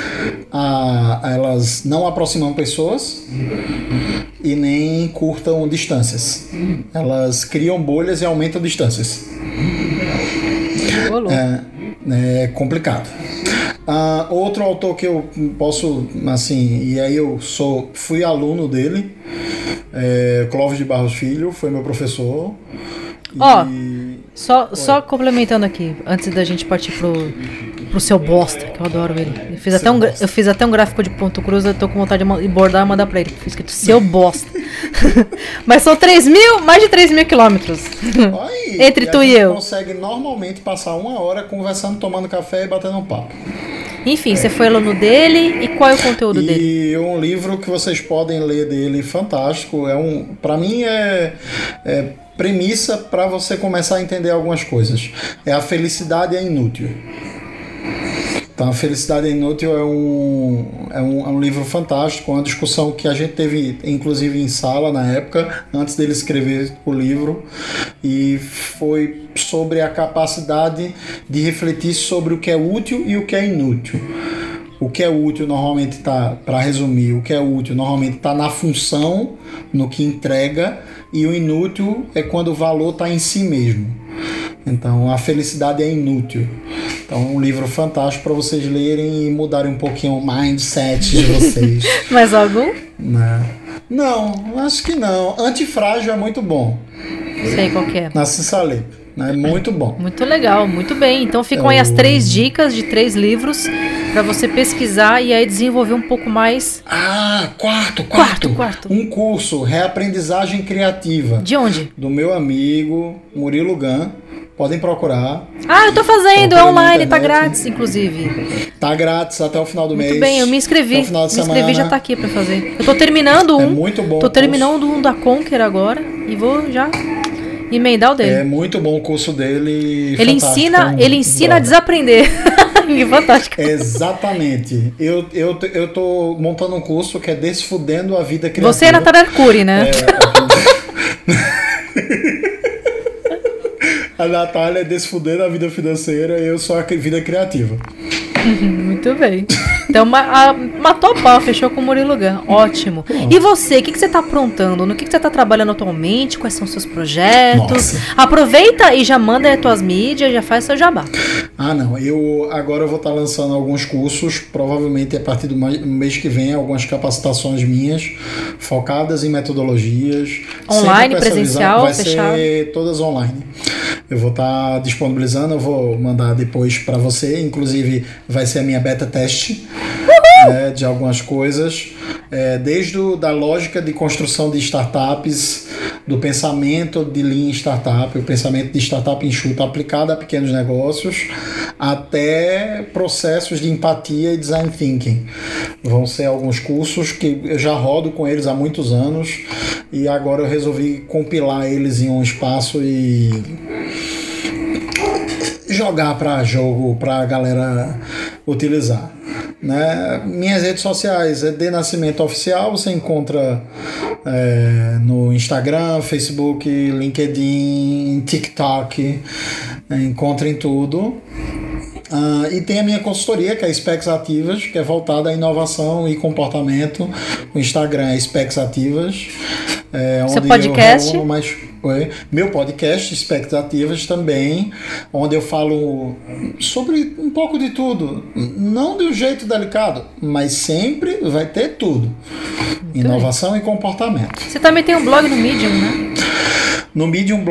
não aproximam pessoas e nem encurtam distâncias. Elas criam bolhas e aumentam distâncias. É complicado. Outro autor que eu posso, assim, e aí fui aluno dele, Clóvis de Barros Filho, foi meu professor.
Só complementando aqui, antes da gente partir pro seu bosta, que eu adoro ele. Eu fiz até um gráfico de ponto cruz, eu tô com vontade de bordar e mandar pra ele. Fiz escrito seu bosta. Mas são mais de 3.000 quilômetros. Entre tu e eu.
Consegue normalmente passar 1 hora conversando, tomando café e batendo um papo.
Enfim, você foi aluno dele, e qual é o conteúdo dele?
E um livro que vocês podem ler dele, fantástico, pra mim é premissa para você começar a entender algumas coisas. A Felicidade é Inútil. Então, A Felicidade é Inútil é um livro fantástico, uma discussão que a gente teve, inclusive, em sala na época, antes dele escrever o livro, e foi sobre a capacidade de refletir sobre o que é útil e o que é inútil. O que é útil normalmente está, para resumir, o que é útil normalmente está na função, no que entrega, e o inútil é quando o valor está em si mesmo. Então, A Felicidade é Inútil. Então, é um livro fantástico para vocês lerem e mudarem um pouquinho o mindset de vocês.
Mais algum?
Não, acho que não. Antifrágil é muito bom.
Sei qual que é.
Nasci Salep. É muito bom.
Muito legal, muito bem. Então ficam aí as 3 dicas de 3 livros para você pesquisar e aí desenvolver um pouco mais.
Quarto. Um curso, Reaprendizagem Criativa.
De onde?
Do meu amigo Murilo Gun. Podem procurar.
Eu tô fazendo, é online, tá grátis, inclusive.
Tá grátis até o final do mês.
Muito bem, eu me inscrevi.
Até o final de semana.
Já tá aqui pra fazer. Eu tô terminando um.
É muito bom.
Tô terminando um da Conquer agora e vou já emendar o dele.
É muito bom o curso dele.
Ele ensina a desaprender. Que fantástico.
Exatamente. Eu tô montando um curso que é Desfudendo a Vida Criativa.
Você é Natália Arcuri, né?
A Natália é Desfudendo a Vida Financeira e eu sou a Vida Criativa.
Muito bem. Então, matou a pau, fechou com o Murilo Gun. Ótimo. E você, o que você está aprontando? No que você está trabalhando atualmente? Quais são os seus projetos? Nossa. Aproveita e já manda as tuas mídias, já faz seu jabá.
Não. Agora eu vou estar lançando alguns cursos, provavelmente a partir do mês que vem, algumas capacitações minhas, focadas em metodologias.
Online, presencial,
vai
fechado?
Ser todas online. Eu vou estar disponibilizando, eu vou mandar depois para você, inclusive vai ser a minha beta teste de algumas coisas, desde da lógica de construção de startups, do pensamento de Lean Startup, o pensamento de startup enxuta aplicado a pequenos negócios, até processos de empatia e design thinking. Vão ser alguns cursos que eu já rodo com eles há muitos anos e agora eu resolvi compilar eles em um espaço e jogar para jogo, para a galera utilizar. né? Minhas redes sociais é De Nascimento Oficial, você encontra no Instagram, Facebook, LinkedIn, TikTok, encontra em tudo. E tem a minha consultoria, que é Specs Ativas, que é voltada à inovação e comportamento. O Instagram é Specs Ativas.
Seu podcast?
Meu podcast, Specs Ativas, também, onde eu falo sobre um pouco de tudo. Não de um jeito delicado, mas sempre vai ter tudo. Inovação e comportamento.
Você também tem um blog no Medium, né?
No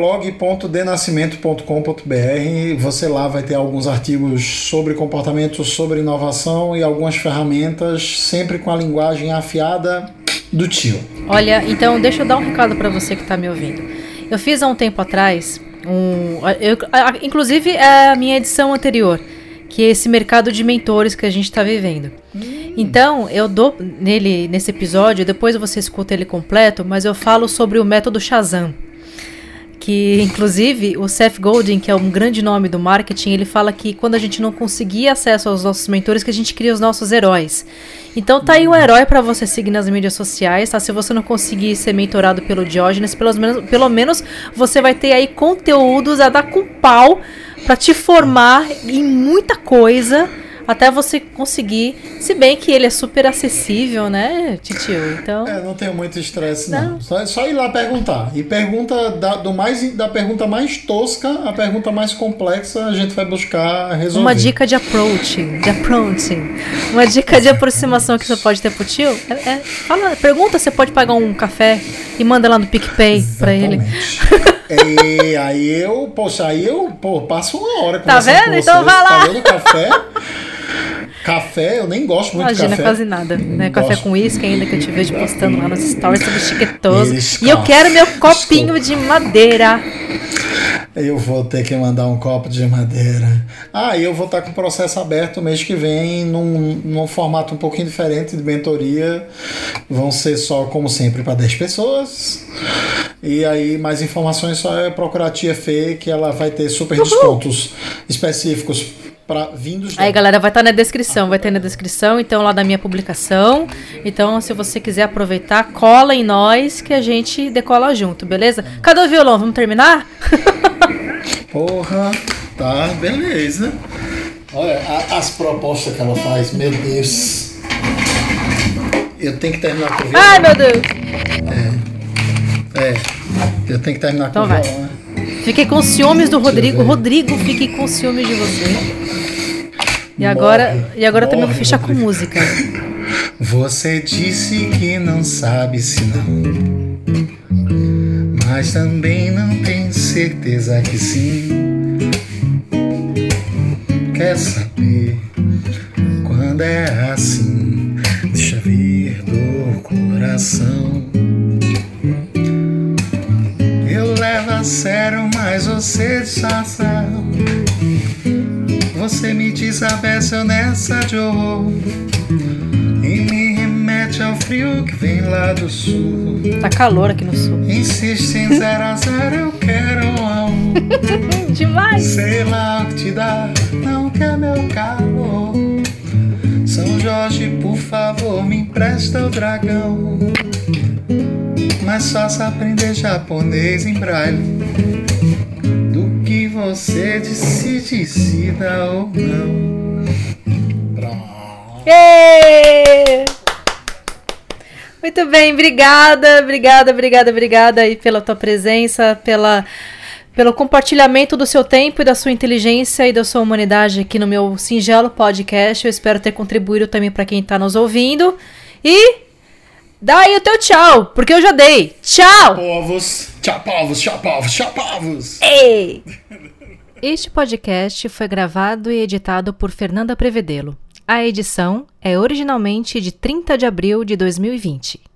mediumblog.denascimento.com.br, você lá vai ter alguns artigos sobre comportamento, sobre inovação e algumas ferramentas, sempre com a linguagem afiada do tio.
Olha, então deixa eu dar um recado para você que está me ouvindo. Eu fiz há um tempo atrás, inclusive é a minha edição anterior, que é esse mercado de mentores que a gente está vivendo. Então, eu dou nesse episódio, depois você escuta ele completo, mas eu falo sobre o método Shazam. Que, inclusive, o Seth Godin, que é um grande nome do marketing, ele fala que quando a gente não conseguir acesso aos nossos mentores, que a gente cria os nossos heróis. Então tá aí um herói para você seguir nas mídias sociais, tá? Se você não conseguir ser mentorado pelo Diógenes, pelo menos você vai ter aí conteúdos a dar com pau para te formar em muita coisa, até você conseguir, se bem que ele é super acessível, né, titio? Então...
não tenho muito estresse, não. Só ir lá perguntar. E pergunta da pergunta mais tosca à pergunta mais complexa, a gente vai buscar resolver.
Uma dica de approaching. Uma dica de aproximação que você pode ter pro tio. Pergunta se você pode pagar um café e manda lá no PicPay para ele.
E aí eu passo uma hora conversando
tá vendo?
Com
então
vocês,
vai lá.
Pagando café, eu nem gosto muito de café.
Imagina, quase nada, né? Café com uísque ainda, que eu te vejo postando lá nos stories, tudo chiquetoso. E eu quero meu copinho de madeira.
Eu vou ter que mandar um copo de madeira. E eu vou estar com o processo aberto mês que vem, num formato um pouquinho diferente de mentoria. Vão ser só, como sempre, para 10 pessoas. E aí, mais informações só é procurar a Tia Fê, que ela vai ter super descontos específicos para vindos.
Aí, galera, vai estar na descrição, então, lá da minha publicação. Então, se você quiser aproveitar, cola em nós que a gente decola junto, beleza? Cadê o violão? Vamos terminar?
Porra, tá, beleza. Olha, as propostas que ela faz, meu Deus. Eu tenho que terminar com o violão.
Ai, meu Deus.
Eu tenho que terminar
então
com o violão.
Fiquei com ciúmes do Rodrigo. Rodrigo, fiquei com ciúmes de você. E agora eu também vou fechar com música.
Você disse que não sabe se não, mas também não tem certeza que sim. Quer saber quando é assim? Deixa vir do coração. Eu levo a sério, mas você disfarça. Você me diz a beça nessa de horror e me remete ao frio que vem lá do sul.
Tá calor aqui no sul.
Insiste em 0 a 0, eu quero 1 a 1.
Demais.
Sei lá o que te dá, não quer meu calor. São Jorge, por favor, me empresta o dragão. Mas só se aprender japonês em braille. Do que você decida ou não. Pronto.
Muito bem, obrigada aí pela tua presença, pelo compartilhamento do seu tempo e da sua inteligência e da sua humanidade aqui no meu singelo podcast. Eu espero ter contribuído também para quem está nos ouvindo. E dá aí o teu tchau, porque eu já dei. Tchau!
Tchau, povos!
Ei! Este podcast foi gravado e editado por Fernanda Prevedelo. A edição é originalmente de 30 de abril de 2020.